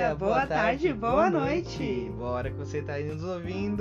dia, boa tarde, boa noite. Bora que você tá aí nos ouvindo.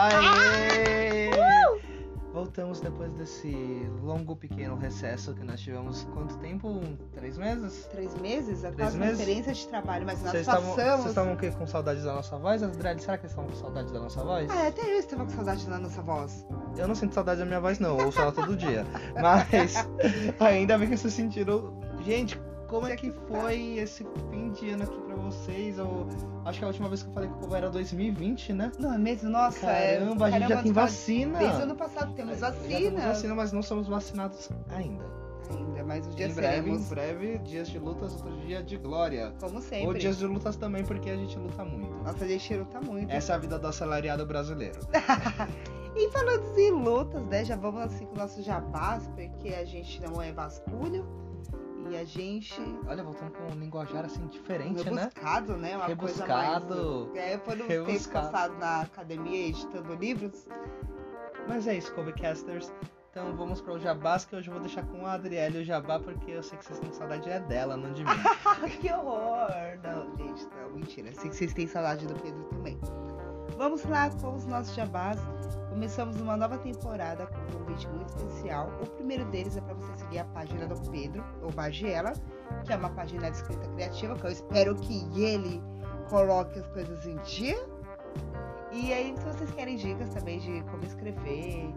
Aê! Voltamos depois desse longo, pequeno recesso que nós tivemos. Quanto tempo? 3 meses? 3 meses? A 3 meses? conferência de trabalho, mas nós Vocês estavam com saudades da nossa voz? Adriele, será que eles estavam com saudades da nossa voz? Até eu estava com saudade da nossa voz. Eu não sinto saudade da minha voz, não. Eu ouço ela todo dia. Mas ainda bem que vocês sentiram. Gente, como é que foi esse fim de ano aqui pra vocês? Eu acho que a última vez que eu falei com o povo era 2020, né? Não é mesmo? Nossa, Caramba, a gente já tem vacina. Desde o ano passado temos vacina. Já temos vacina, mas não somos vacinados ainda. Mas um dia em seremos. breve, dias de lutas, outro dia de glória. Como sempre. Ou dias de lutas também, porque a gente luta muito. Nossa, a gente luta muito. Essa é a vida do assalariado brasileiro. E falando em lutas, né? Já vamos assim com o nosso jabás, porque a gente não é vasculho. E a gente... Olha, voltando com um linguajar assim diferente, rebuscado, né? Uma rebuscado. Coisa mais... foi no tempo passado na academia editando livros. Mas é isso, Covecasters. Então vamos para o jabás, que hoje eu vou deixar com a Adriele o jabá, porque eu sei que vocês têm saudade dela, não de mim. Que horror! Não, gente, não, mentira. Eu sei que vocês têm saudade do Pedro também. Vamos lá com os nossos jabás. Começamos uma nova temporada com um convite muito especial. O primeiro deles é para você seguir a página do Pedro, ou Bagiela, que é uma página de escrita criativa, que eu espero que ele coloque as coisas em dia. E aí, se vocês querem dicas também de como escrever,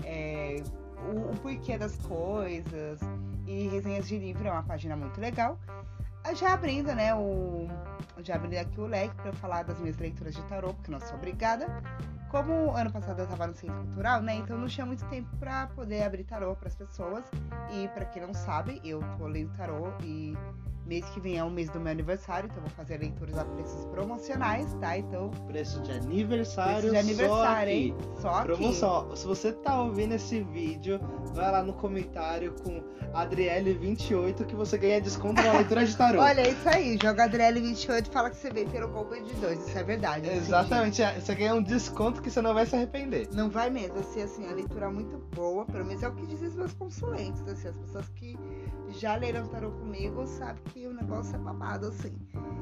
o porquê das coisas e resenhas de livro, é uma página muito legal. Já abrindo, né, já abrindo aqui o leque para falar das minhas leituras de tarô, porque não sou obrigada. Como ano passado eu estava no Centro Cultural, né, então não tinha muito tempo para poder abrir tarô para as pessoas. E para quem não sabe, eu tô lendo tarô e mês que vem é o mês do meu aniversário, então vou fazer leituras a preços promocionais, tá? Então... Preço de aniversário, hein? Só aqui. Promoção. Se você tá ouvindo esse vídeo, vai lá no comentário com Adriele28 que você ganha desconto na leitura de tarô. Olha, é isso aí. Joga Adriele28 e fala que você veio pelo combo de 2. Isso é verdade. Exatamente. Você ganha um desconto que você não vai se arrepender. Não vai mesmo. Assim, a leitura é muito boa. Pelo menos é o que dizem os meus consulentes. Assim, as pessoas que já leram tarô comigo sabem que o negócio é babado, assim.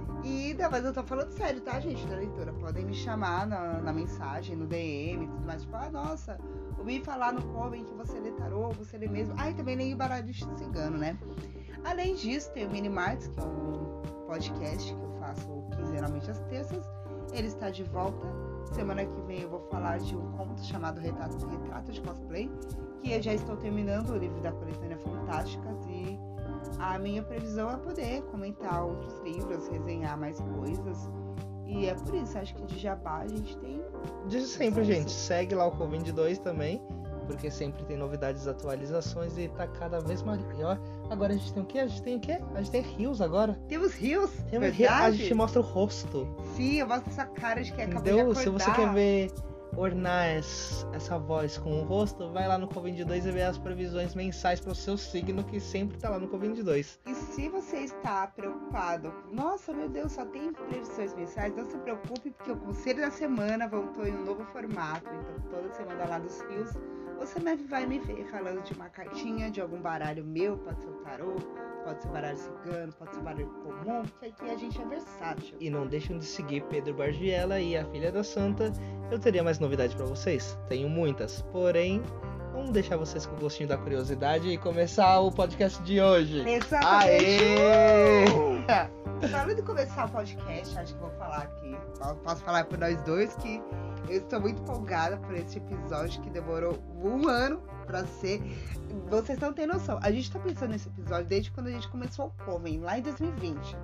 E não, mas eu tô falando sério, tá, gente, da leitura. Podem me chamar na mensagem, no DM e tudo mais. Tipo, nossa, ouvi falar no Coven que você lê tarô, você lê mesmo. E também leio baralho de cigano, né? Além disso, tem o Mini Marts, que é um podcast que eu faço quinzenalmente às terças. Ele está de volta. Semana que vem eu vou falar de um conto chamado Retrato de Cosplay, que eu já estou terminando o livro da coletânea Fantásticas e a minha previsão é poder comentar outros livros, resenhar mais coisas. E é por isso, acho que de jabá a gente tem... De sempre, gente. Segue lá o Covid2 também, porque sempre tem novidades, atualizações e tá cada vez maior. Agora a gente tem o quê? A gente tem rios agora. Temos rios? A gente mostra o rosto. Sim, eu mostro essa cara de que acabou de Entendeu? acordar. Se você quer ver... ornar essa voz com o rosto, vai lá no Covid2 e vê as previsões mensais para o seu signo, que sempre tá lá no Covid2. E se você está preocupado, nossa, meu Deus, só tem previsões mensais, não se preocupe, porque o Conselho da Semana voltou em um novo formato. Então toda semana lá dos rios, você vai me ver falando de uma cartinha, de algum baralho meu, pode ser o tarô, pode ser baralho cigano, pode ser baralho comum, porque aqui a gente é versátil. E não deixem de seguir Pedro Bargiela e a Filha da Santa. Eu teria mais novidades pra vocês, tenho muitas, porém, vamos deixar vocês com o gostinho da curiosidade e começar o podcast de hoje. Exatamente! Aê! Falando de começar o podcast, acho que vou falar aqui, posso falar por nós dois, que eu estou muito empolgada por esse episódio que demorou 1 ano pra ser. Vocês não têm noção. A gente tá pensando nesse episódio desde quando a gente começou o Coven, lá em 2020.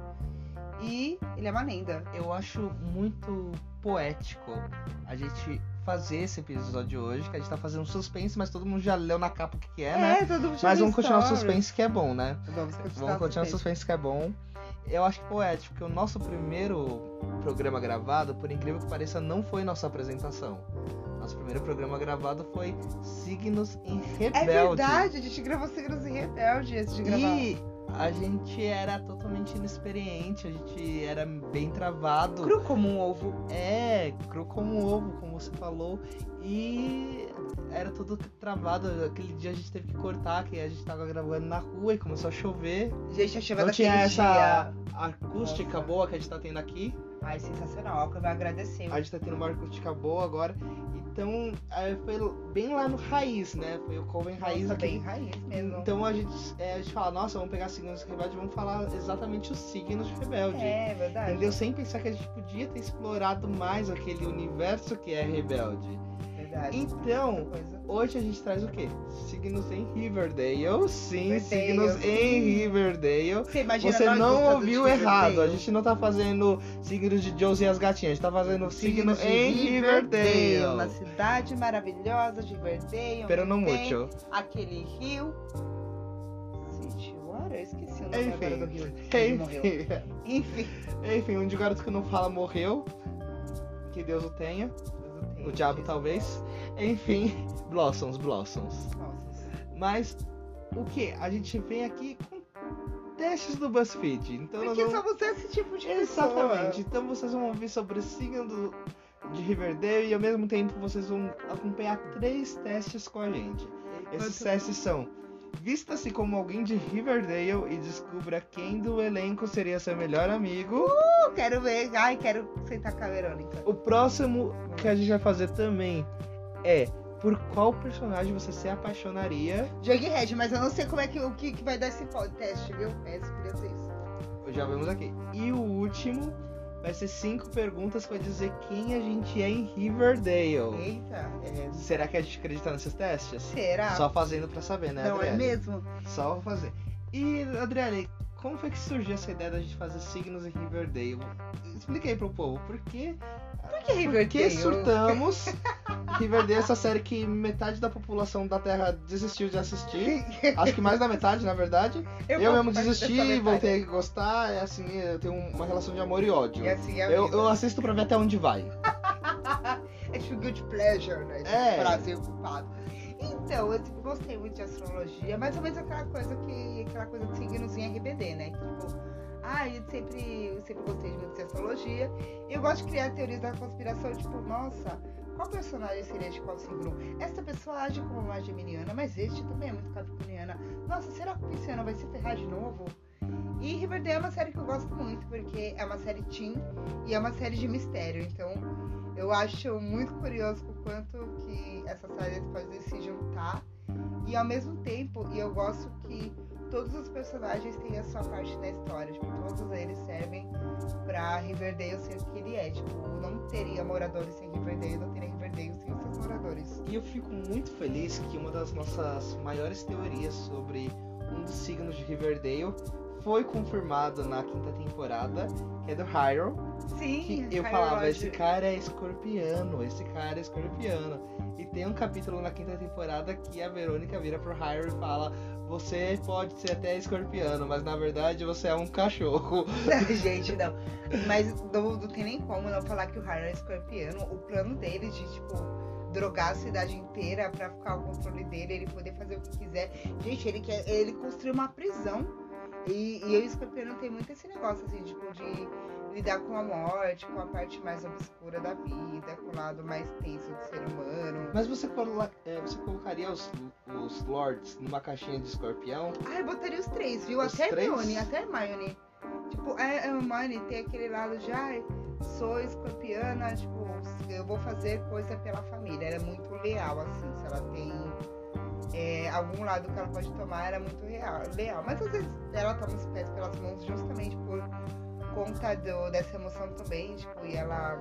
E ele é uma lenda. Eu acho muito poético a gente fazer esse episódio de hoje, que a gente tá fazendo suspense, mas todo mundo já leu na capa o que é, né? Todo mundo já mas viu vamos continuar o stories. suspense que é bom, né? Vamos continuar o suspense que é bom. Eu acho poético, porque o nosso primeiro programa gravado, por incrível que pareça, não foi nossa apresentação. Nosso primeiro programa gravado foi Signos em Rebelde. É verdade, a gente gravou Signos em Rebelde antes de gravar. E a gente era totalmente inexperiente, a gente era bem travado. Cru como um ovo. Cru como um ovo, como você falou. E era tudo travado. Aquele dia a gente teve que cortar, que a gente tava gravando na rua e começou a chover. Gente, a chuva não tinha daquele essa dia. acústica boa que a gente tá tendo aqui. Ai, sensacional. Alckmin vai agradecer. A gente tá tendo uma crítica boa agora. Então, foi bem lá no raiz, né? Foi o Coven raiz aqui. Bem raiz mesmo. Então a gente fala, nossa, vamos pegar signos de rebelde e vamos falar exatamente os signos de rebelde. É, verdade. Entendeu? Sem pensar que a gente podia ter explorado mais aquele universo que é rebelde. Verdade. Então, hoje a gente traz o quê? Signos em Riverdale. Sim, Riverdale, signos sim. em Riverdale. Você Não gostando ouviu de errado. Riverdale? A gente não tá fazendo signos de Josie e as gatinhas. A gente tá fazendo signos em Riverdale. Na cidade maravilhosa de Riverdale. Pero não tem mucho. aquele rio. Citywara? Eu esqueci o nome agora do rio. Enfim, um de garoto que não fala morreu. Que Deus o tenha. O diabo talvez. Enfim, Blossoms. Nossa. Mas o que? A gente vem aqui com testes do BuzzFeed. Então Porque nós só vamos... você é esse tipo de pessoa. Exatamente. Então vocês vão ouvir sobre o signo de Riverdale e ao mesmo tempo vocês vão acompanhar 3 testes com a gente. Esses testes são: vista-se como alguém de Riverdale e descubra quem do elenco seria seu melhor amigo. Quero ver. Ai, quero sentar com a Verônica. O próximo que a gente vai fazer também é: por qual personagem você se apaixonaria? Jughead, mas eu não sei como é o que vai dar esse teste, viu? Esse queria ser isso. Já vemos aqui. E o último vai ser 5 perguntas pra dizer quem a gente é em Riverdale. Eita. Será que a gente acredita nesses testes? Será? Só fazendo pra saber, né, Não Adriele? é mesmo? Só fazer. E, Adriele, como foi que surgiu essa ideia da gente fazer signos em Riverdale? Explica aí pro povo, por que Riverdale? Por que surtamos Riverdale, essa série que metade da população da Terra desistiu de assistir? Acho que mais da metade, na verdade. Eu mesmo desisti, voltei a gostar. É assim, eu tenho uma relação de amor e ódio. E assim é a vida. Eu assisto pra ver até onde vai. É tipo guilty pleasure, né? É. Prazer culpado. Então, eu gostei muito de astrologia, mais ou menos aquela coisa de signos em RBD, né? Tipo, eu sempre gostei muito de astrologia. E eu gosto de criar teorias da conspiração, tipo, nossa, qual personagem seria de qual signo? Essa pessoa age como uma geminiana, mas este também é muito capricorniana. Nossa, será que o pisciano vai se ferrar de novo? E Riverdale é uma série que eu gosto muito, porque é uma série teen e é uma série de mistério. Então, eu acho muito curioso o quanto que essas séries podem se juntar. E ao mesmo tempo, eu gosto que todos os personagens têm a sua parte na história. Tipo, todos eles servem pra Riverdale ser o que ele é. Tipo, não teria moradores sem Riverdale, não teria Riverdale sem os seus moradores. E eu fico muito feliz que uma das nossas maiores teorias sobre um dos signos de Riverdale foi confirmado na 5ª temporada, que é do Hyrule. Sim, que eu falava, esse cara é escorpiano. E tem um capítulo na 5ª temporada que a Verônica vira pro Hyrule e fala: você pode ser até escorpiano, mas na verdade você é um cachorro. Gente, não. Mas não tem nem como não falar que o Hyrule é escorpiano. O plano dele de, tipo, drogar a cidade inteira pra ficar ao controle dele, ele poder fazer o que quiser. Gente, ele construiu uma prisão. E o escorpiano tem muito esse negócio, assim, tipo, de lidar com a morte, com a parte mais obscura da vida, com o lado mais tenso do ser humano. Mas você colocaria os Lords numa caixinha de escorpião? Eu botaria os 3, viu? Os até 3? Hermione. Tipo, a Hermione tem aquele lado de, sou escorpiana, tipo, eu vou fazer coisa pela família. Ela é muito leal, assim, se ela tem algum lado que ela pode tomar, era muito leal. Mas às vezes ela toma os pés pelas mãos justamente por conta dessa emoção também, tipo, e ela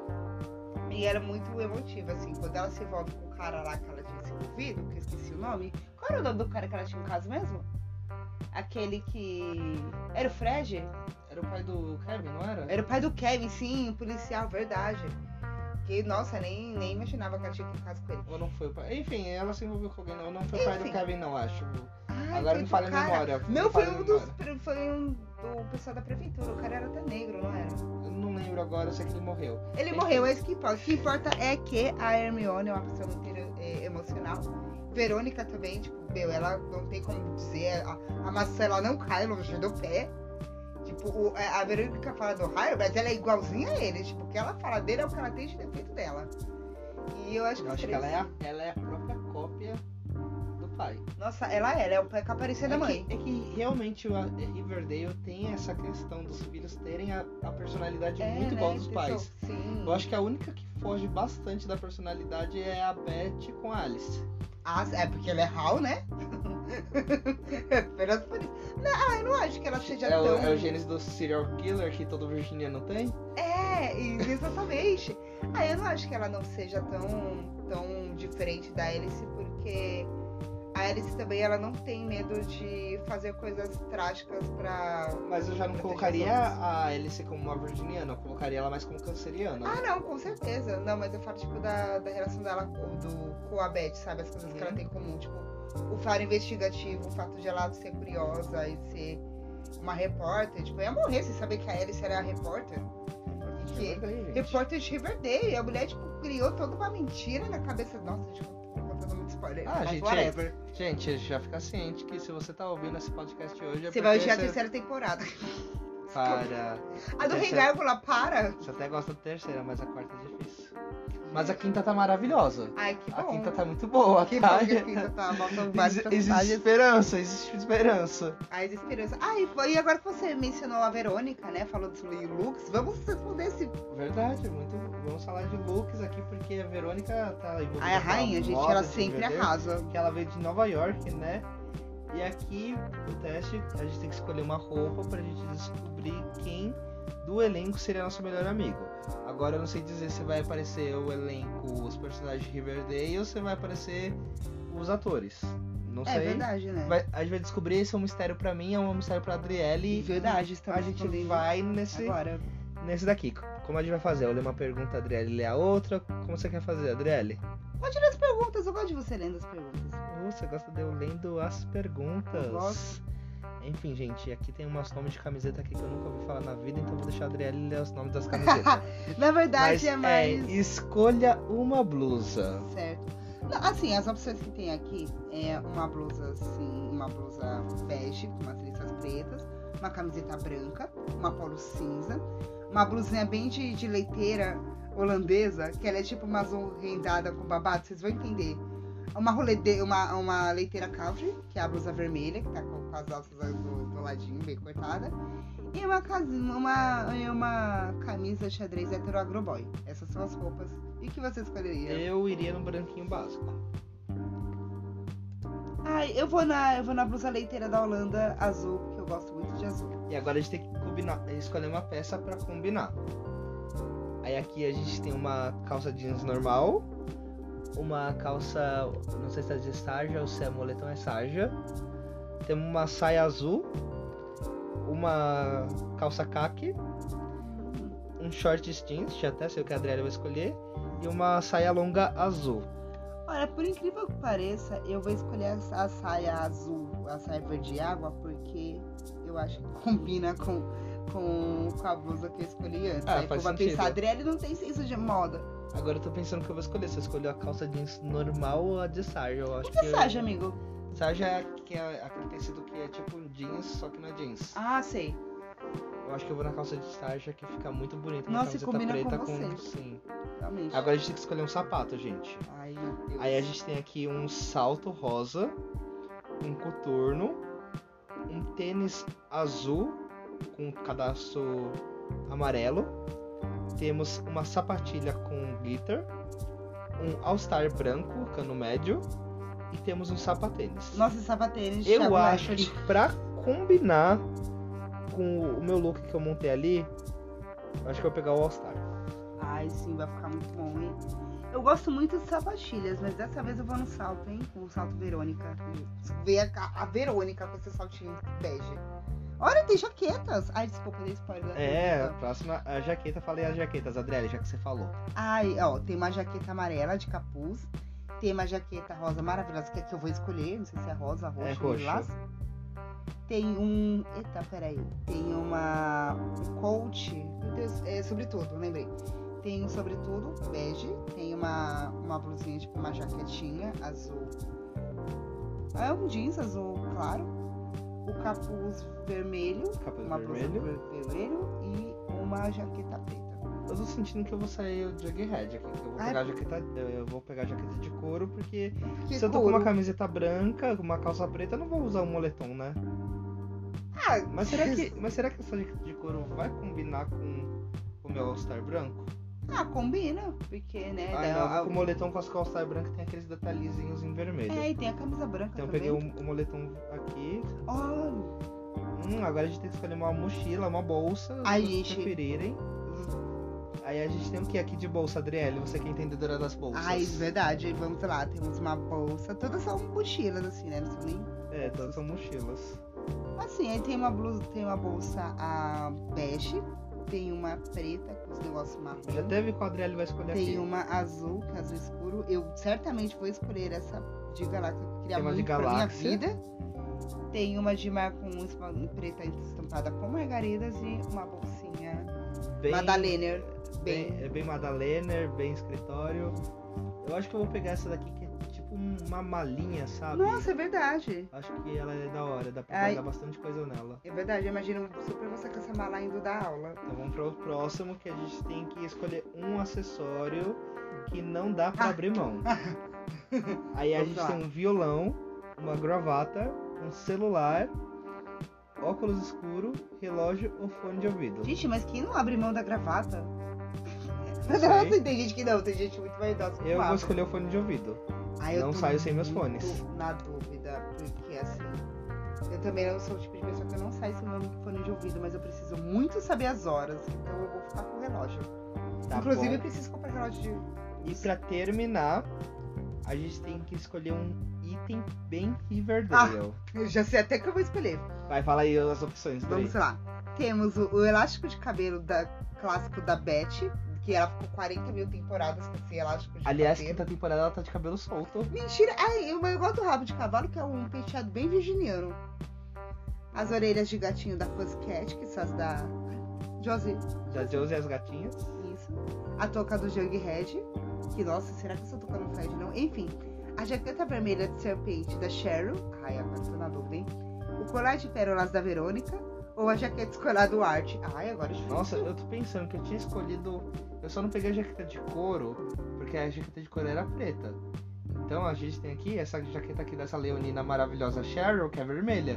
é muito emotiva, assim, quando ela se envolve com o cara lá que ela tinha se envolvido, que eu esqueci o nome. Qual era o nome do cara que ela tinha um caso mesmo? Aquele que... Era o Fred? Era o pai do Kevin, não era? Era o pai do Kevin, sim, o policial, verdade. Que, nossa, nem imaginava que ela tinha que caso com ele. Ou não foi o pai? Enfim, ela se envolveu com alguém, não foi o pai do Kevin, não, acho. Ai, agora me falha a memória. Foi um do pessoal da prefeitura. O cara era até negro, não era? Eu não lembro agora, eu sei que ele morreu. Ele morreu, é isso que importa. O que importa é que a Hermione é uma pessoa muito emocional. Verônica também, tipo, ela não tem como dizer, a maçã ela não cai longe do pé. Tipo, a Verônica fala do Harry, mas ela é igualzinha a ele. Tipo, o que ela fala dele é o que ela tem de defeito dela. E eu acho que ela é a própria cópia do pai. Nossa, ela é o pai que aparecia da mãe. É que realmente o Riverdale tem essa questão dos filhos terem a personalidade muito igual dos pais. Sim. Eu acho que a única que foge bastante da personalidade é a Beth com a Alice. Ah, é porque ela é Hal, né? Apenas por isso. Não, eu não acho que ela seja tão... É o gênese do serial killer que todo virginiano tem? Exatamente. Eu não acho que ela não seja tão diferente da Alice, porque a Alice também ela não tem medo de fazer coisas trágicas pra... Mas eu já não colocaria a Alice como uma virginiana, eu colocaria ela mais como canceriana. Ah, não, com certeza. Não, mas eu falo, tipo, da relação dela com a Beth, sabe? As coisas que ela tem em comum, tipo, o faro investigativo, o fato de ela ser curiosa e ser uma repórter. Tipo, eu ia morrer sem saber que a Alice era a repórter. Porque repórter de Riverdale, a mulher, tipo, criou toda uma mentira na cabeça. Nossa, gente, contando muito spoiler. Gente, já fica ciente que se você tá ouvindo esse podcast hoje... Você vai odiar a terceira temporada. Para. A do Rei Gárgula, para. Você até gosta da terceira, mas a quarta é difícil. Mas a quinta tá maravilhosa. Ai, que bom. A quinta tá muito boa, que tá? Bom que a quinta tá voltando vários existe esperança. Existe esperança. E agora que você mencionou a Verônica, né? Falou dos looks, vamos responder esse... Verdade, vamos falar de looks aqui, porque a Verônica tá envolvida. A rainha, gente, ela sempre arrasa. Que ela veio de Nova York, né? E aqui, o teste, a gente tem que escolher uma roupa pra gente descobrir quem do elenco seria nosso melhor amigo. Agora eu não sei dizer se vai aparecer o elenco, os personagens de Riverdale, ou se vai aparecer os atores. Não sei. É verdade, né? A gente vai descobrir, esse é um mistério pra mim, é um mistério pra Adriele. Verdade, a gente vai nesse daqui. Como a gente vai fazer? Eu ler uma pergunta, a Adriele lê a outra. Como você quer fazer, Adriele? Pode ler as perguntas, eu gosto de você lendo as perguntas. Você gosta de eu lendo as perguntas? Eu gosto. Enfim, gente, aqui tem umas nomes de camiseta aqui que eu nunca ouvi falar na vida, então vou deixar a Adriele ler os nomes das camisetas. Na verdade, é mais... escolha uma blusa. Certo. Não, assim, as opções que tem aqui é uma blusa assim, uma blusa bege, com umas listas pretas, uma camiseta branca, uma polo cinza, uma blusinha bem de leiteira holandesa, que ela é tipo uma azul rendada com babado, vocês vão entender. Uma leiteira country, que é a blusa vermelha, que tá com as alças do ladinho, bem cortada. E uma camisa xadrez hetero agroboy. Essas são as roupas. E o que você escolheria? Eu iria no branquinho básico. Eu vou na blusa leiteira da Holanda azul, que eu gosto muito de azul. E agora a gente tem que escolher uma peça pra combinar. Aí aqui a gente tem uma calça jeans normal, uma calça, não sei se é de sarja ou se é moletom, é sarja. Temos uma saia azul, uma calça khaki, um short jeans, já até sei o que a Adriana vai escolher, e uma saia longa azul. Olha, por incrível que pareça, eu vou escolher a saia azul, a saia verde água, porque eu acho que combina com a blusa que eu escolhi antes. Aí faz sentido. Pensar, Adriele não tem senso de moda. Agora eu tô pensando o que eu vou escolher. Se eu escolher a calça jeans normal ou a de sarja, eu acho que é sarja, amigo? Sarja é aquele tecido que é tipo jeans, só que não é jeans. Ah, sei. Eu acho que eu vou na calça de sarja, que fica muito bonita. Nossa, e combina preta com você. Sim. Realmente. Agora a gente tem que escolher um sapato, gente. Ai, meu Deus. Aí a gente tem aqui um salto rosa, um coturno, um tênis azul com cadastro amarelo. Temos uma sapatilha com glitter, um all-star branco, cano médio, e temos um sapatênis. Nossa, sapatênis. Eu acho que pra combinar com o meu look que eu montei ali, eu acho que eu vou pegar o all-star. Ai, sim, vai ficar muito bom, hein? Eu gosto muito de sapatilhas, mas dessa vez eu vou no salto, hein? Com o salto Verônica. Ver a Verônica com esse saltinho bege. Olha, tem jaquetas. Ai, desculpa, dei spoiler da pergunta. Próxima, a jaqueta. Falei as jaquetas, Adriele, já que você falou. Ai, tem uma jaqueta amarela de capuz. Tem uma jaqueta rosa maravilhosa, que é que eu vou escolher. Não sei se é rosa, roxo. É roxo. Tem um... Eita, peraí. Tem um coat. Meu Deus, sobretudo, lembrei. Tem um sobretudo bege. Tem uma blusinha, tipo uma jaquetinha azul. É um jeans azul claro. O capuz vermelho. Uma blusa vermelho e uma jaqueta preta. Eu tô sentindo que eu vou sair o Jughead aqui, que eu vou pegar a jaqueta. Eu vou pegar a jaqueta de couro, porque se eu tô com uma camiseta branca, com uma calça preta, eu não vou usar um moletom, né? Mas será que essa jaqueta de couro vai combinar com o meu All-Star branco? Combina, porque, né? Com o moletom com as calças brancas tem aqueles detalhezinhos em vermelho. E tem a camisa branca então também. Eu peguei o moletom aqui. Olha. Agora a gente tem que escolher uma mochila, uma bolsa, se vocês preferirem. Aí a gente tem o que aqui de bolsa, Adriele? Você que é entendedora das bolsas. Verdade. Vamos lá, temos uma bolsa. Todas são mochilas, assim, né? Não são nem... todas são mochilas. Assim, aí tem uma bolsa bege, tem uma preta com os negócios marrom. Já teve qual a Adriele vai escolher tem aqui? Tem uma azul, que é azul escuro. Eu certamente vou escolher essa de galáxia, que eu queria tem uma muito de galáxia. Pra minha vida. Tem uma de mar com uma preta estampada com margaridas e uma bolsinha Madalener. Bem Madalener, bem escritório. Eu acho que eu vou pegar essa daqui, que é tipo uma malinha, sabe? Nossa, é verdade. Acho que ela é da hora, dá pra guardar bastante coisa nela. É verdade, eu imagino super você com essa mala indo da aula. Então vamos pro próximo, que a gente tem que escolher um acessório que não dá pra abrir mão. Aí a gente tem um violão, uma gravata, um celular, óculos escuro, relógio ou fone de ouvido. Gente, mas quem não abre mão da gravata? Nossa, tem gente que não, tem gente muito vaidosa. Eu vou escolher o fone de ouvido. Não saio sem meus fones. Na dúvida, porque assim, eu também não sou o tipo de pessoa que eu não saio sem meu fone de ouvido, mas eu preciso muito saber as horas, então eu vou ficar com o relógio. Inclusive, eu preciso comprar relógio de... E pra terminar, a gente tem que escolher um item bem Riverdale. Eu já sei até que eu vou escolher. Vai, fala aí as opções. Vamos lá. Temos o elástico de cabelo clássico da Beth, que ela ficou 40 mil temporadas com esse elástico de Aliás, cabelo. quinta temporada ela tá de cabelo solto. Mentira! Eu gosto do rabo de cavalo, que é um penteado bem virginiano. As orelhas de gatinho da Pussycat, que são as da Josie. Da Josie e as gatinhas. Isso. A touca do Jughead, que, nossa, será que essa touca não fede, não? Enfim, a jaqueta vermelha de serpente da Cheryl. Ai, agora tô na dúvida, hein? O colar de pérolas da Verônica. Ou a jaqueta escolar do Art. Ai, agora é difícil. Nossa, eu tô pensando que eu tinha escolhido... Eu só não peguei a jaqueta de couro, porque a jaqueta de couro era preta. Então a gente tem aqui essa jaqueta aqui dessa leonina maravilhosa Cheryl, que é vermelha.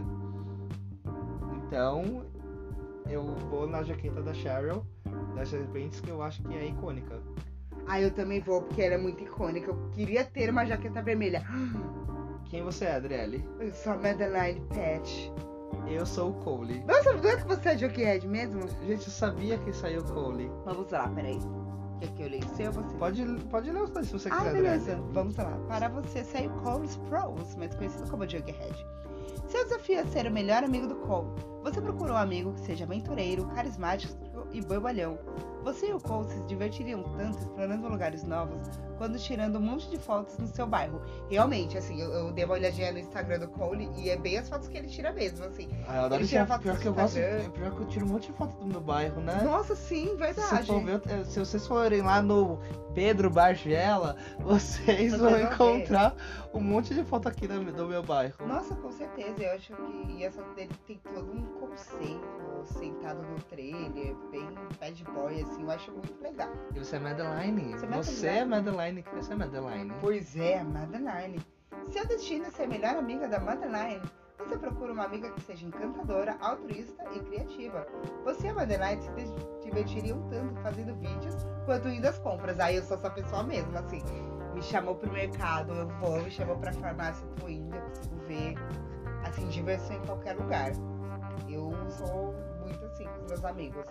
Então eu vou na jaqueta da Cheryl, das serpentes, que eu acho que é icônica. Eu também vou, porque ela é muito icônica. Eu queria ter uma jaqueta vermelha. Quem você é, Adriele? Eu sou a Madeline Patch. Eu sou o Cole. Nossa, não é que você é Jughead mesmo? Gente, eu sabia que saiu o Cole. Vamos lá, peraí. Quer que eu leia o seu ou você? Pode ler os dois se você quiser, beleza. Adriele. Vamos lá. Para você saiu Cole Sprouse, mais conhecido como Jughead. Seu desafio é ser o melhor amigo do Cole. Você procura um amigo que seja aventureiro, carismático e bobalhão. Você e o Cole se divertiriam tanto explorando lugares novos, quando tirando um monte de fotos no seu bairro. Realmente, assim, eu dei uma olhadinha no Instagram do Cole e é bem as fotos que ele tira mesmo, assim. Eu adoro ele tira fotos pior do que eu gosto, Instagram. pior que eu tiro um monte de foto do meu bairro, né? Nossa, sim, verdade. Se vocês forem lá no Pedro Bargela, vocês vão encontrar um monte de foto aqui do meu bairro. Nossa, com certeza. Eu acho que essa dele tem todo um conceito sentado no trailer, bem bad boy, assim. Eu acho muito legal. E você é Madeline. Você é Madeline. Que você é Madeline. Pois é, Madeline. Seu destino é ser a melhor amiga da Madeline. Você procura uma amiga que seja encantadora, altruísta e criativa. Você e a Madeline se divertiriam tanto fazendo vídeos quanto indo às compras. Eu sou essa pessoa mesmo, assim. Me chamou pro mercado, eu vou. Me chamou pra farmácia, eu tô indo. Eu consigo ver, assim, diversão em qualquer lugar. Eu sou muito assim com os meus amigos.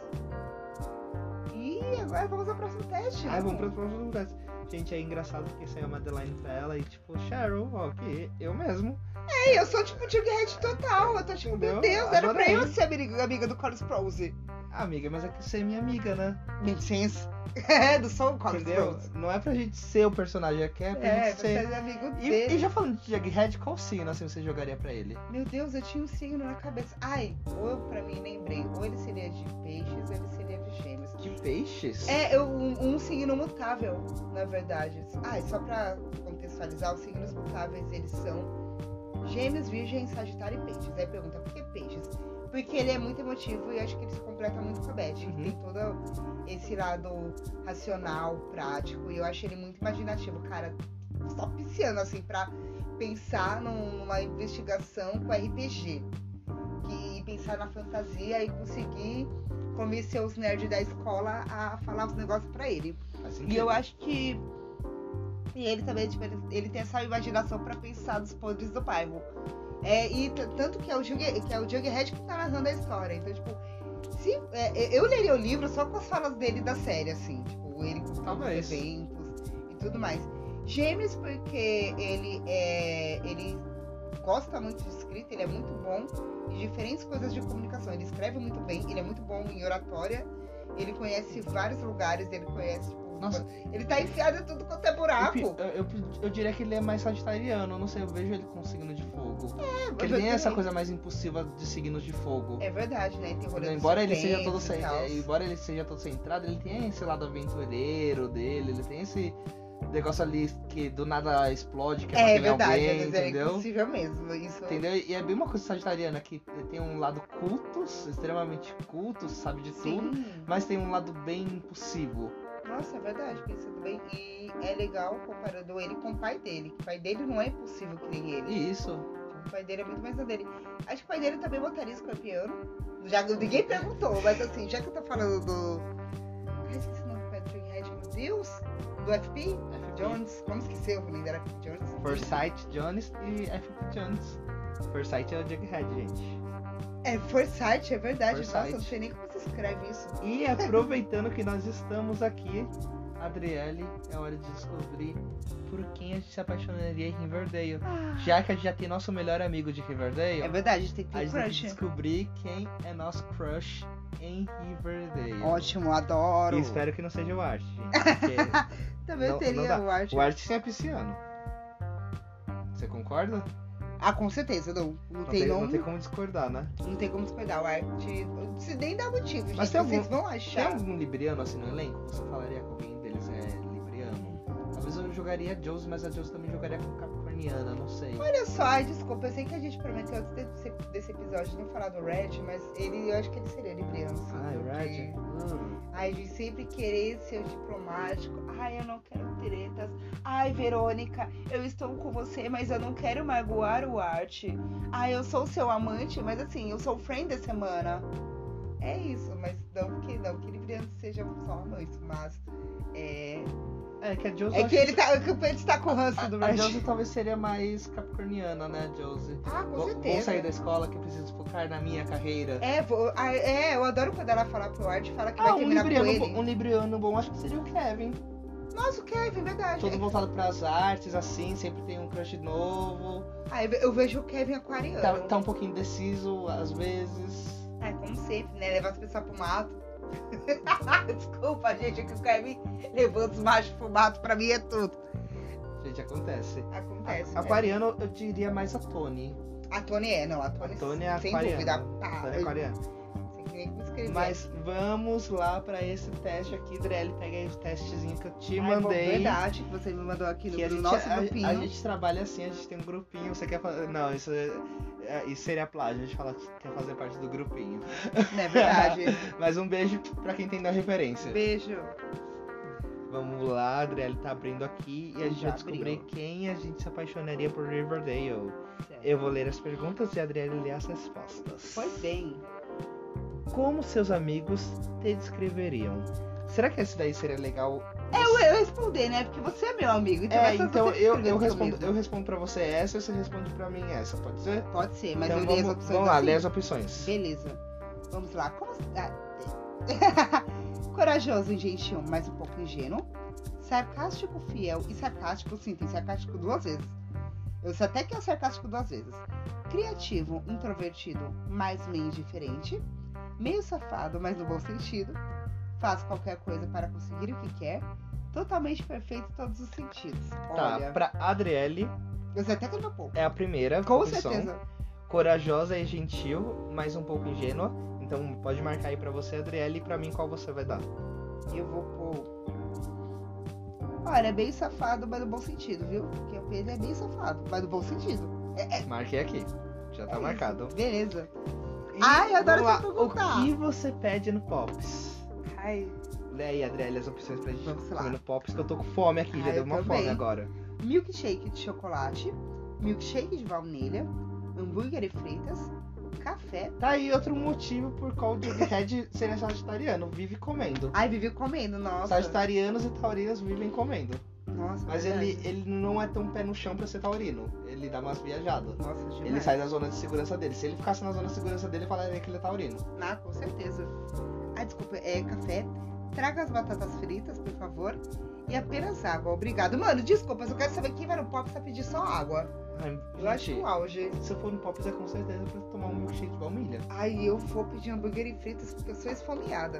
E agora vamos ao próximo teste. Vamos pro próximo teste. Gente, é engraçado porque saiu a Madeline pra ela e tipo, Cheryl, que eu mesmo. Eu sou tipo Jughead total. Eu tô tipo, meu Deus, era pra eu ser amiga do Cole Sprouse. Amiga, mas é que você é minha amiga, né? Make sense. Do som Cole Sprouse. Não é pra gente ser o personagem, é pra gente ser. Você é amigo dele. E já falando de Jughead, qual signo assim você jogaria pra ele? Meu Deus, eu tinha um signo na cabeça. Ou eu pra mim lembrei, ou ele seria de peixes, ou ele seria de gêmeos. De peixes? Um signo mutável, na verdade. Só pra contextualizar, os signos mutáveis, eles são Gêmeos, Virgem, Sagitário e Peixes. Aí pergunta, por que Peixes? Porque ele é muito emotivo e acho que ele se completa muito com a Beth. Uhum. Tem todo esse lado racional, prático, e eu acho ele muito imaginativo, cara. Só pisciando, assim, pra pensar numa investigação com RPG. E pensar na fantasia e conseguir convencer os nerds da escola a falar os negócios pra ele. E eu acho que e ele também, tipo, ele tem essa imaginação pra pensar dos podres do bairro. E tanto que é o Jughead que tá narrando a história. Então, tipo, eu leria o livro só com as falas dele da série, assim. Tipo, ele com os eventos e tudo mais. Gêmeos, porque ele gosta muito de escrita, ele é muito bom em diferentes coisas de comunicação. Ele escreve muito bem, ele é muito bom em oratória, ele conhece vários lugares, ele conhece, tipo, nossa, ele tá enfiado em tudo quanto é buraco. Eu diria que ele é mais sagitariano, não sei, eu vejo ele com signo de fogo. Porque ele tem essa coisa mais impulsiva de signos de fogo. É verdade, né? Tem rolê embora ele seja todo centrado, ele tem esse lado aventureiro dele, ele tem esse negócio ali que do nada explode, que é verdade, alguém, entendeu? É impossível mesmo, isso. Entendeu? E é bem uma coisa sagitariana, que tem um lado extremamente culto, sabe de tudo, mas tem um lado bem impulsivo. Nossa, é verdade, pensando bem. E é legal comparando ele com o pai dele, que o pai dele não é impossível que nem ele. Isso. O pai dele é muito mais a dele. Acho que o pai dele também botaria escorpiano. Ninguém perguntou, mas assim, já que eu tô falando do... esqueci o nome do Patrick Head, meu Deus! Do FP? Jones, como esqueceu o nome dela? Jones? Forsyth Jones e FP Jones. Forsyth é o Jughead, gente. Forsyth, é verdade. Forsyth. Nossa, eu não sei nem como se escreve isso. E aproveitando que nós estamos aqui, Adriele, é hora de descobrir por quem a gente se apaixonaria em Riverdale. Já que a gente já tem nosso melhor amigo de Riverdale, é verdade, a gente tem que ter a gente crush. tem que descobrir quem é nosso crush em Riverdale. Ótimo, adoro. E espero que não seja o Art, gente. Também teria o Art. O Art sim é pisciano. Você concorda? Com certeza, não tem como discordar, né? Não tem como discordar. O Art se nem dá motivo, gente. Mas Vocês vão achar. Tem algum libriano assim no elenco? Você falaria que alguém deles é libriano? Talvez eu jogaria a Josie, mas a Josie também jogaria com capricorniana, não sei. Olha só, desculpa, eu sei que a gente prometeu antes desse episódio não falar do Red, mas eu acho que ele seria libriano. Assim, o Red? Ai, de sempre querer ser o diplomático. Ai, eu não quero tretas. Ai, Verônica, eu estou com você, mas eu não quero magoar o Art. Ai, eu sou seu amante, mas assim, eu sou o friend da semana. É isso, mas não que libriano seja só amante, mas que a Josie... que ele tá com o ranço do Red. A Josie talvez seria mais capricorniana, né, Josie? Com certeza. Vou sair da escola que preciso focar na minha carreira. Eu adoro quando ela fala pro Art, fala que vai terminar com ele. Um libriano bom, acho que seria o Kevin. Nossa, o Kevin, verdade. Todo voltado pras artes, assim, sempre tem um crush novo. Eu vejo o Kevin aquariano. Tá um pouquinho indeciso, às vezes. Como sempre, né? Levar as pessoas pro mato. Desculpa, gente, que o Kevin levando os machos pro mato pra mim é tudo. Gente, acontece. Aquariano, eu diria mais a Tony. A Tony é sem dúvida. Tony é aquariana. Sem nem como escrever. Mas vamos lá pra esse teste aqui, Drelly. Pega aí o testezinho que eu te mandei. Verdade, que você me mandou aqui no nosso grupinho. A gente trabalha assim, a gente tem um grupinho. Você quer fazer... Não, isso seria plágio, a gente fala que quer fazer parte do grupinho. Não é verdade. Mas um beijo pra quem entendeu a referência. Beijo. Vamos lá, a Adriele tá abrindo aqui e a gente vai descobrir quem a gente se apaixonaria por Riverdale. Certo. Eu vou ler as perguntas e a Adriele lê as respostas. Pois bem. Como seus amigos te descreveriam? Será que esse daí seria legal? Eu responder, né? Porque você é meu amigo. Então eu respondo pra você essa e você responde pra mim essa, pode ser? Pode ser, mas então eu leio as opções. Vamos lá, assim. lê as opções. Beleza. Vamos lá. Corajoso e gentil, mas um pouco ingênuo. Sarcástico, fiel e sarcástico, sim, tem sarcástico 2 vezes. Eu sei até que é sarcástico 2 vezes. Criativo, introvertido, mas meio indiferente. Meio safado, mas no bom sentido. Faz qualquer coisa para conseguir o que quer. Totalmente perfeito em todos os sentidos. Tá, Olha, pra Adriele, eu sei até que é meu pouco. é a primeira Com opção. certeza. Corajosa e gentil, mas um pouco ingênua. Então pode marcar aí pra você, Adriele, e pra mim qual você vai dar. Eu vou pôr... Olha, é bem safado, mas no bom sentido, viu? Porque o Pedro é bem safado, mas no bom sentido. Marquei aqui. Já tá marcado. Isso. Beleza. Ai, eu adoro vamos lá. te perguntar. O que você pede no Pops? Ai, Lê aí, Adriele, as opções pra gente Vamos lá. comer no Pops, que eu tô com fome aqui, já Eu deu uma também. fome agora. milkshake de chocolate, milkshake de baunilha, hambúrguer e fritas, café. Tá aí outro motivo por qual o Jughead ser sagitariano, vive comendo. Ai, vivi comendo, nossa. Sagitarianos e taurinos vivem comendo. Nossa, Mas verdade. ele não é tão pé no chão pra ser taurino. Ele dá umas viajadas. Nossa, demais. Ele sai da zona de segurança dele. Se ele ficasse na zona de segurança dele, eu falaria que ele é taurino. Ah, com certeza. Ah, desculpa, é café. Traga as batatas fritas, por favor. E apenas água, obrigado. Mano, desculpa, eu quero saber quem vai no Pops pra pedir só água. Ai, Eu acho gente, o auge. se eu for no Pops é com certeza pra tomar um milkshake de baunilha. Ai, eu vou pedir hambúrguer e fritas porque eu sou esfomeada.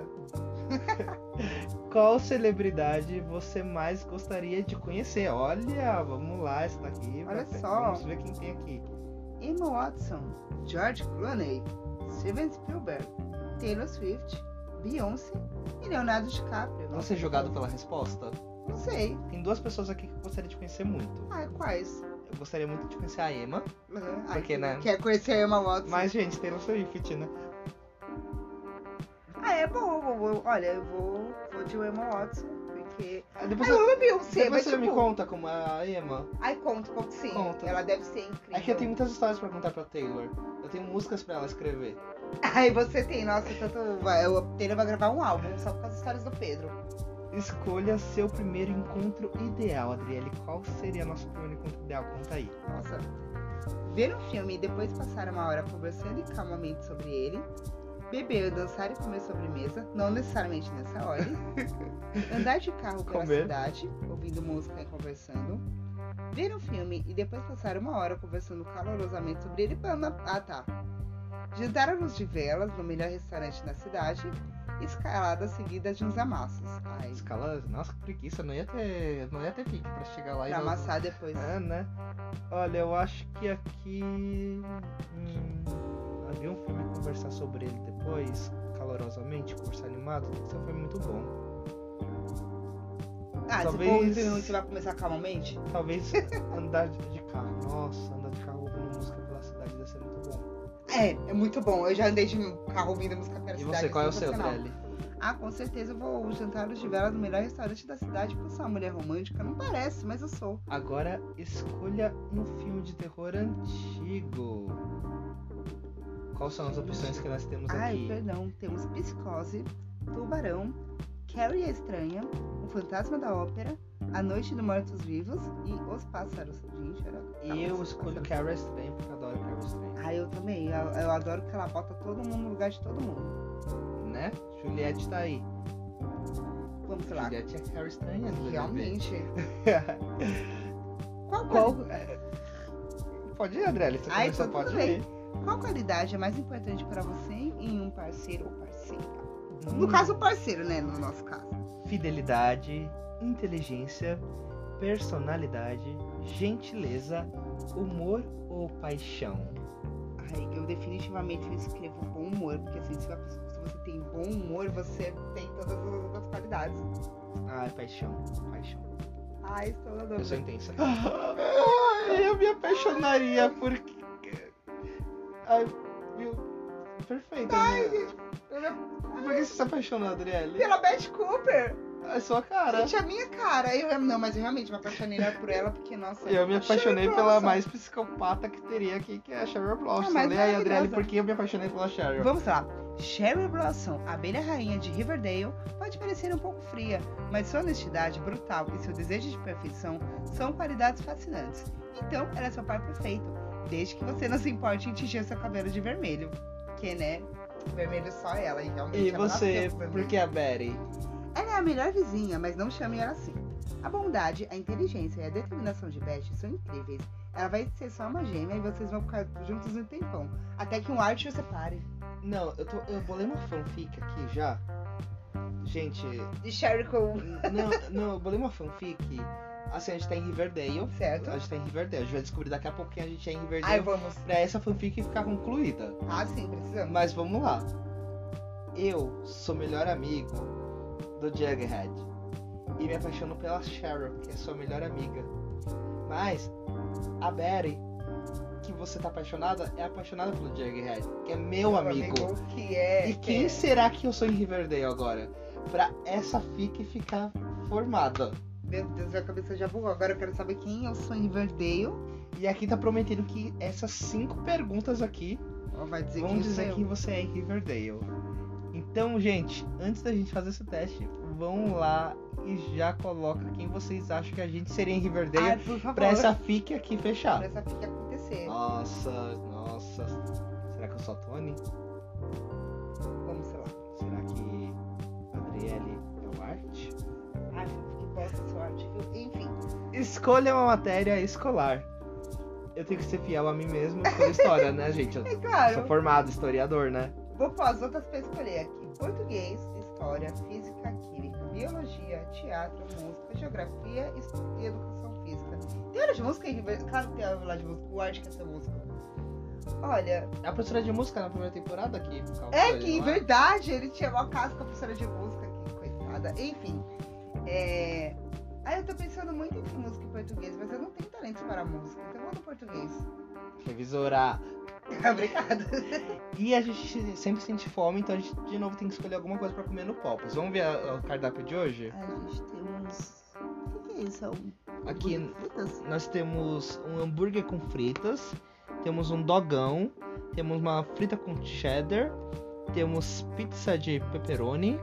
Qual celebridade você mais gostaria de conhecer? Olha, vamos lá, essa daqui. Olha só. Vamos ver quem tem aqui. Emma Watson, George Clooney, Steven Spielberg, Taylor Swift, Beyoncé e Leonardo DiCaprio. Vou ser julgado pela resposta? Não sei. Tem duas pessoas aqui que eu gostaria de conhecer muito. Ai, quais? Eu gostaria muito de conhecer a Emma. Ai, Porque, né? Quer conhecer a Emma Watson? Mas, gente, Taylor Swift, né? Ah, é bom. Olha, eu vou de Emma Watson, porque... Depois, eu amo a Beyoncé, depois mas você tipo... me conta como é a Emma. Ai, conto sim. Conta. Ela deve ser incrível. É que eu tenho muitas histórias pra contar pra Taylor. Eu tenho músicas pra ela escrever. Ai, você tem, nossa, tanto... O Taylor vai gravar um álbum só com as histórias do Pedro. Escolha seu primeiro encontro ideal, Adriele. Qual seria nosso primeiro encontro ideal? Conta aí. Nossa. Ver um filme e depois passar uma hora conversando calmamente sobre ele. Beber, dançar e comer sobremesa, não necessariamente nessa ordem. Andar de carro pela Comer. cidade, ouvindo música e conversando. Ver um filme e depois passar uma hora conversando calorosamente sobre ele. Ah, tá. Jantar à luz de velas no melhor restaurante da cidade. Escalada seguida de uns amassos. Ai, Escala, nossa, que preguiça. Não ia ter pique pra chegar lá pra e amassar depois. É, né? Olha, eu acho que aqui. Ver um filme e conversar sobre ele depois, calorosamente, conversar animado, isso foi muito bom. Ah, talvez- se for um filme, você vai começar calmamente? Talvez andar de carro. Nossa, andar de carro ouvindo música pela cidade deve ser muito bom. É muito bom. Eu já andei de carro ouvindo música pela E cidade. você, qual é o seu, sensacional. Trelli? Ah, com certeza eu vou jantar de vela no melhor restaurante da cidade, porque eu sou uma mulher romântica. Não parece, mas eu sou. Agora escolha um filme de terror antigo. Quais são as opções que nós temos Ai, aqui? perdão. Temos Psicose, Tubarão, Carrie a Estranha, O Fantasma da Ópera, A Noite dos Mortos-Vivos e Os Pássaros. Gente, era... Eu escolho Carrie a Estranha, porque eu adoro Carrie a Estranha. Ah, eu também. Eu adoro que ela bota todo mundo no lugar de todo mundo. Né? Juliette tá aí. Vamos lá. Juliette é Carrie Estranha do BBB. Realmente. Qual? Pode ir, Adriele. Você Ai, começou, tudo pode bem. ir. Qual qualidade é mais importante para você em um parceiro ou parceira? Hum. No caso, parceiro, né? No nosso caso. Fidelidade, inteligência, personalidade, gentileza, humor ou paixão? Ai, eu definitivamente escrevo bom humor, porque assim, se você tem bom humor, você tem todas as outras qualidades. Ah, paixão. Ai, estou na Eu sou dúvida. intensa. Ai, eu me apaixonaria porque... Ai, viu? Perfeito. Ai, né? gente, Por que você se apaixonou, Adriele? pela Beth Cooper. É sua cara. Gente, a minha cara. Não, mas eu realmente me apaixonei por ela, porque, nossa... Eu me a apaixonei Sheryl pela Blossom. mais psicopata que teria aqui, que é a Sheryl Blossom. mas Lê aí, Adriele, maravilhosa. por que eu me apaixonei pela Sheryl? Vamos lá. Sheryl Blossom, a abelha rainha de Riverdale, pode parecer um pouco fria, mas sua honestidade brutal e seu desejo de perfeição são qualidades fascinantes. Então, ela é seu par perfeito, desde que você não se importe em tingir seu cabelo de vermelho. Que, né, vermelho só ela, e realmente E ela você, nasceu com vermelho. por que a Betty? Ela é a melhor vizinha, mas não chame ela assim. A bondade, a inteligência e a determinação de Beth são incríveis. Ela vai ser só uma gêmea e vocês vão ficar juntos um tempão, até que um arte os separe. Não, eu bolei uma fanfic aqui já. Gente, De Sheryl com... não, eu bolei uma fanfic. Assim, a gente tá em Riverdale. Certo? A gente tá em Riverdale. A gente vai descobrir daqui a pouquinho a gente é em Riverdale. Ai, vamos. Pra essa fanfic ficar concluída. Ah, sim, precisamos. Mas vamos lá. Eu sou melhor amigo do Jughead. E me apaixono pela Sheryl, que é sua melhor amiga. Mas a Betty, que você tá apaixonada pelo Jughead, que é meu amigo. Que é. E quem será que eu sou em Riverdale agora? Pra essa fique ficar formada. Meu Deus, minha cabeça já bugou. Agora eu quero saber quem eu sou em Riverdale. E aqui tá prometendo que essas 5 perguntas aqui vão dizer quem você é em Riverdale. Então, gente, antes da gente fazer esse teste, vão lá e já coloca quem vocês acham que a gente seria em Riverdale pra essa fique aqui fechar. Pra essa fique acontecer. Nossa. Será que eu sou a Tony? Vamos lá. Será que a Adriele é o Art? Ai, que bosta sua arte, viu? Enfim. Escolha uma matéria escolar. Eu tenho que ser fiel a mim mesmo por história, né, gente? Eu claro. sou formado, historiador, né? Vou pôr as outras pra escolher aqui. Português, história, física, química, biologia, teatro, música, geografia e educação física. Tem aula de música em Riverdale? Claro que tem aula de música. O Art quer ser música. Olha... É a professora de música na primeira temporada aqui. Em verdade, ele tinha uma casa com a professora de música aqui, coitada. Enfim, eu tô pensando muito em música em português, mas eu não tenho talento para música, então eu vou no português. Revisora. Obrigada. E a gente sempre sente fome, então a gente de novo tem que escolher alguma coisa pra comer no Popos. Vamos ver o cardápio de hoje? A gente temos... O que é isso? Aqui nós temos um hambúrguer com fritas, temos um dogão, temos uma frita com cheddar, temos pizza de pepperoni,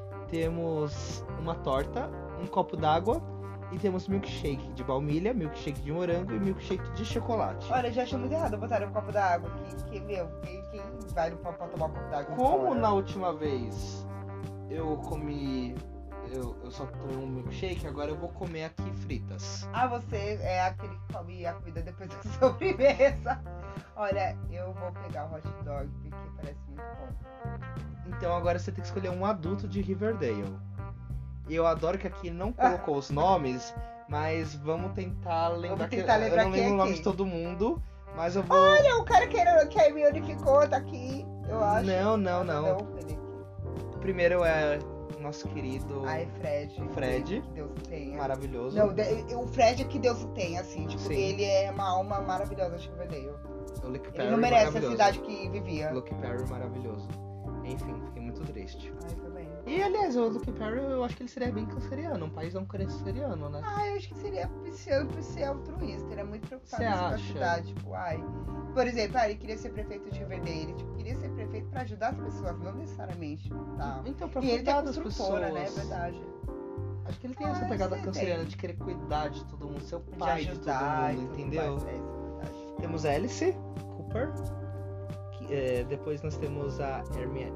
temos uma torta, um copo d'água e temos milkshake de baunilha, milkshake de morango e milkshake de chocolate. Olha, eu já achei muito errado botar um copo d'água. Quem vai no pop pra tomar um copo d'água? Como na última vez eu comi... Eu só tomei um milkshake, agora eu vou comer aqui fritas. Ah, você é aquele que come a comida depois da sobremesa. Olha, eu vou pegar o hot dog porque parece muito bom. Então agora você tem que escolher um adulto de Riverdale. E eu adoro que aqui não colocou os nomes, mas vamos tentar lembrar eu não lembro o nome de todo mundo, mas eu vou... Olha, o cara que me unificou tá aqui, eu acho. Não. O primeiro é o nosso querido... Fred. Que Deus o tenha. Maravilhoso. Não, o Fred é que Deus o tenha, assim. Tipo, Sim. ele é uma alma maravilhosa de Riverdale. O Luke Perry, ele não merece a cidade que vivia. Luke Perry maravilhoso. Enfim, fiquei muito triste. Ai, também. E aliás, o Luke Perry, eu acho que ele seria bem canceriano, um paizão canceriano, né? Eu acho que seria por ser altruísta. Ele é muito preocupado Cê com a acha? cidade. Tipo, por exemplo, ele queria ser prefeito de Riverdale. Ele queria ser prefeito pra ajudar as pessoas, não necessariamente. Tá? Então, pra E ele tem cuidar a das construtora, pessoas. né? É verdade. Acho que ele tem essa pegada canceriana de querer cuidar de todo mundo, ser o pai de todo mundo, entendeu? Isso é verdade. Temos a Alice Cooper. Depois nós temos a Hermione.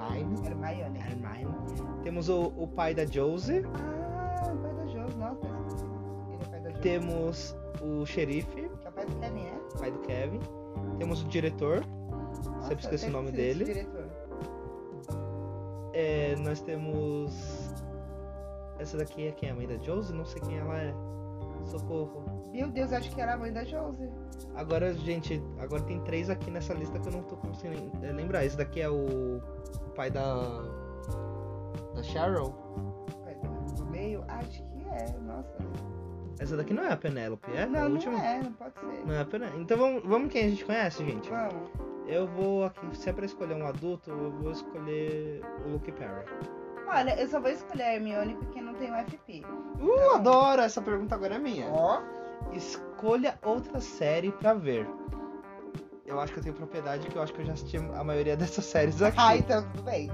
Temos o pai da Josie. O pai da Josie, nossa, ele é pai da Josie. Temos o xerife. Que é o pai do Kevin, é? Pai do Kevin. Temos o diretor. Sempre esqueço o nome dele. Diretor. Nós temos... Essa daqui é quem? A mãe da Josie? Não sei quem ela é. Socorro. Meu Deus, acho que era a mãe da Josie. Agora, gente, tem 3 aqui nessa lista que eu não tô conseguindo lembrar. Esse daqui é o pai da Cheryl? Pai do meio? Acho que é, nossa. Essa daqui não é a Penélope, é? Não, última? não é, não pode ser. Não é a Penélope. Então vamos quem a gente conhece, gente? Vamos. Eu vou aqui, se é pra escolher um adulto, eu vou escolher o Luke Perry. Olha, eu só vou escolher a Hermione porque não tem o FP. Adoro! Essa pergunta agora é minha. Ó. Escolha outra série pra ver. Eu acho que eu tenho propriedade que eu acho que eu já assisti a maioria dessas séries aqui. Então tudo bem.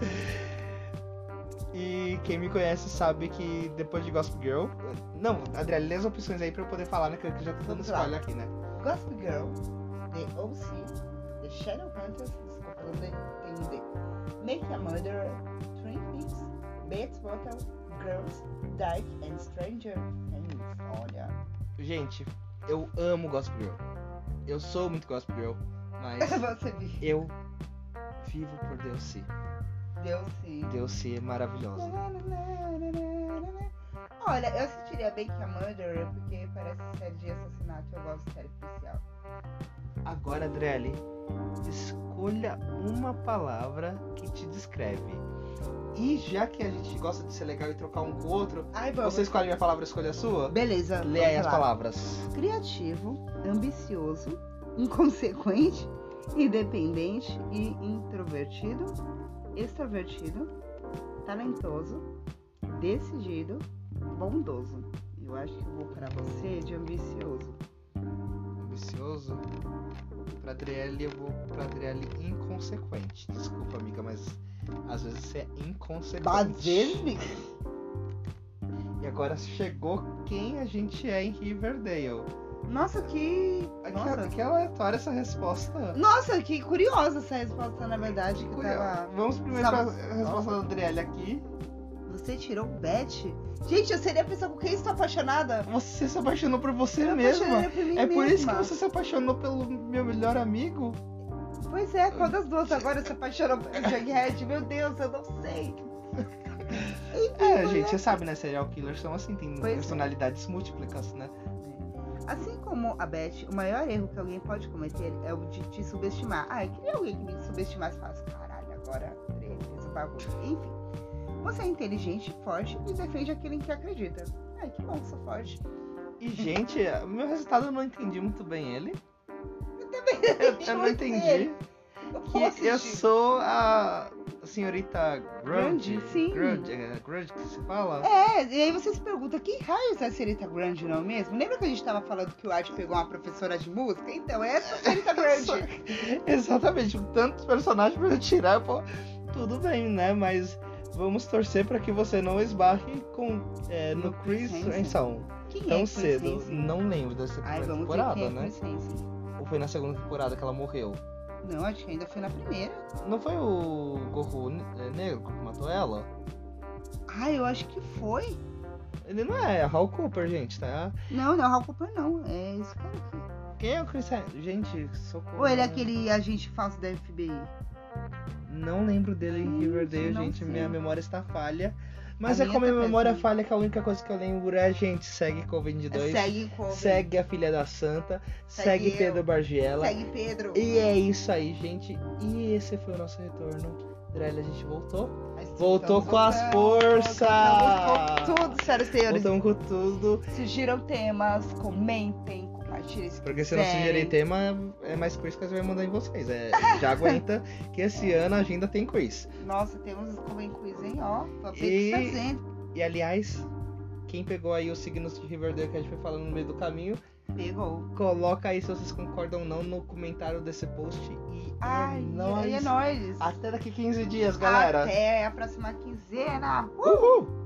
E quem me conhece sabe que depois de Gossip Girl... Não, Adriele, lê as opções aí pra eu poder falar, né? Que eu já tô dando spoiler aqui, né? Gossip Girl, The OC, The Shadowhunters, desculpa, não tem um D. Make a Murderer, Twin Peaks, Bates Motel, Girls, Dark and Stranger Things. Olha. Gente, eu amo Gossip Girl. Eu sou muito Gossip Girl, mas Você viu. eu vivo por Delcy. Delcy é maravilhosa. Olha, eu assistiria Make a Murderer porque parece série de assassinato, eu gosto de série policial. Agora, Adriele, escolha uma palavra que te descreve. E já que a gente gosta de ser legal e trocar um com o outro, você escolhe minha palavra, escolha a sua? Beleza. Lê aí as palavras. Criativo, ambicioso, inconsequente, independente e introvertido, extrovertido, talentoso, decidido, bondoso. Eu acho que eu vou pra você de ambicioso. Ambicioso? Pra Adriele, eu vou pra Adriele inconsequente. Desculpa, amiga, mas às vezes você é inconsequente. Às vezes, amiga. E agora chegou quem a gente é em Riverdale. Nossa, que aleatória essa resposta. Nossa, que curiosa essa resposta, na verdade. Que tava... Vamos primeiro pra resposta da Adriele aqui. Você tirou o Beth? Gente, eu seria a pessoa com quem estou apaixonada. Você se apaixonou por você eu mesma. Por mim é mesma. Por isso que você se apaixonou pelo meu melhor amigo? Pois é, qual das duas agora se apaixonou pelo Jughead? Meu Deus, eu não sei. Enfim, gente, você sabe, né? Serial killers são assim, tem pois personalidades múltiplas, né? Assim como a Beth, o maior erro que alguém pode cometer é o de te subestimar. Eu queria alguém que me subestimasse fácil. Caralho, agora fez o bagulho. Enfim, você é inteligente, forte e defende aquele em que acredita. Que bom que sou forte. E, gente, o meu resultado eu não entendi muito bem ele. Eu também eu não entendi. Eu sou a senhorita Grunge. Sim. Grunge que se fala? E aí você se pergunta, que raios é a senhorita Grunge, não é mesmo? Lembra que a gente tava falando que o Art pegou uma professora de música? Então, essa é a senhorita Grunge. Exatamente, tantos personagens pra eu tirar, pô, tudo bem, né? Mas vamos torcer pra que você não esbarre no Chris Hansen tão cedo. Não lembro dessa temporada, né? Ou foi na segunda temporada que ela morreu? Não, acho que ainda foi na primeira. Não foi o Gorro Negro que matou ela? Eu acho que foi. Ele não é Hal Cooper, gente, tá? Não, Hal Cooper não. É esse cara aqui. Quem é o Chris Hansen? Gente, socorro. Ou ele é aquele agente falso da FBI? Não lembro dele em Riverdale, gente. Sei. Minha memória está falha. Mas como a minha memória falha, que a única coisa que eu lembro é, gente, segue Covid-2. Segue a Filha da Santa. Segue Pedro Bargiela. Segue Pedro. E é isso aí, gente. E esse foi o nosso retorno. Adriele, a gente voltou. Voltou com as forças. Voltamos com tudo, senhoras e senhores. Voltamos com tudo. Sugiram temas, comentem, compartilhem. Porque se não sugerir tema, é mais quiz que a gente vai mandar em vocês. Já aguenta que esse ano a agenda tem quiz. Nossa, temos como quiz, hein? E aliás, quem pegou aí os signos de Riverdale que a gente foi falando no meio do caminho, pegou. Coloca aí se vocês concordam ou não no comentário desse post. E é nóis. Até daqui 15 dias, galera. Até a próxima quinzena. Uhul!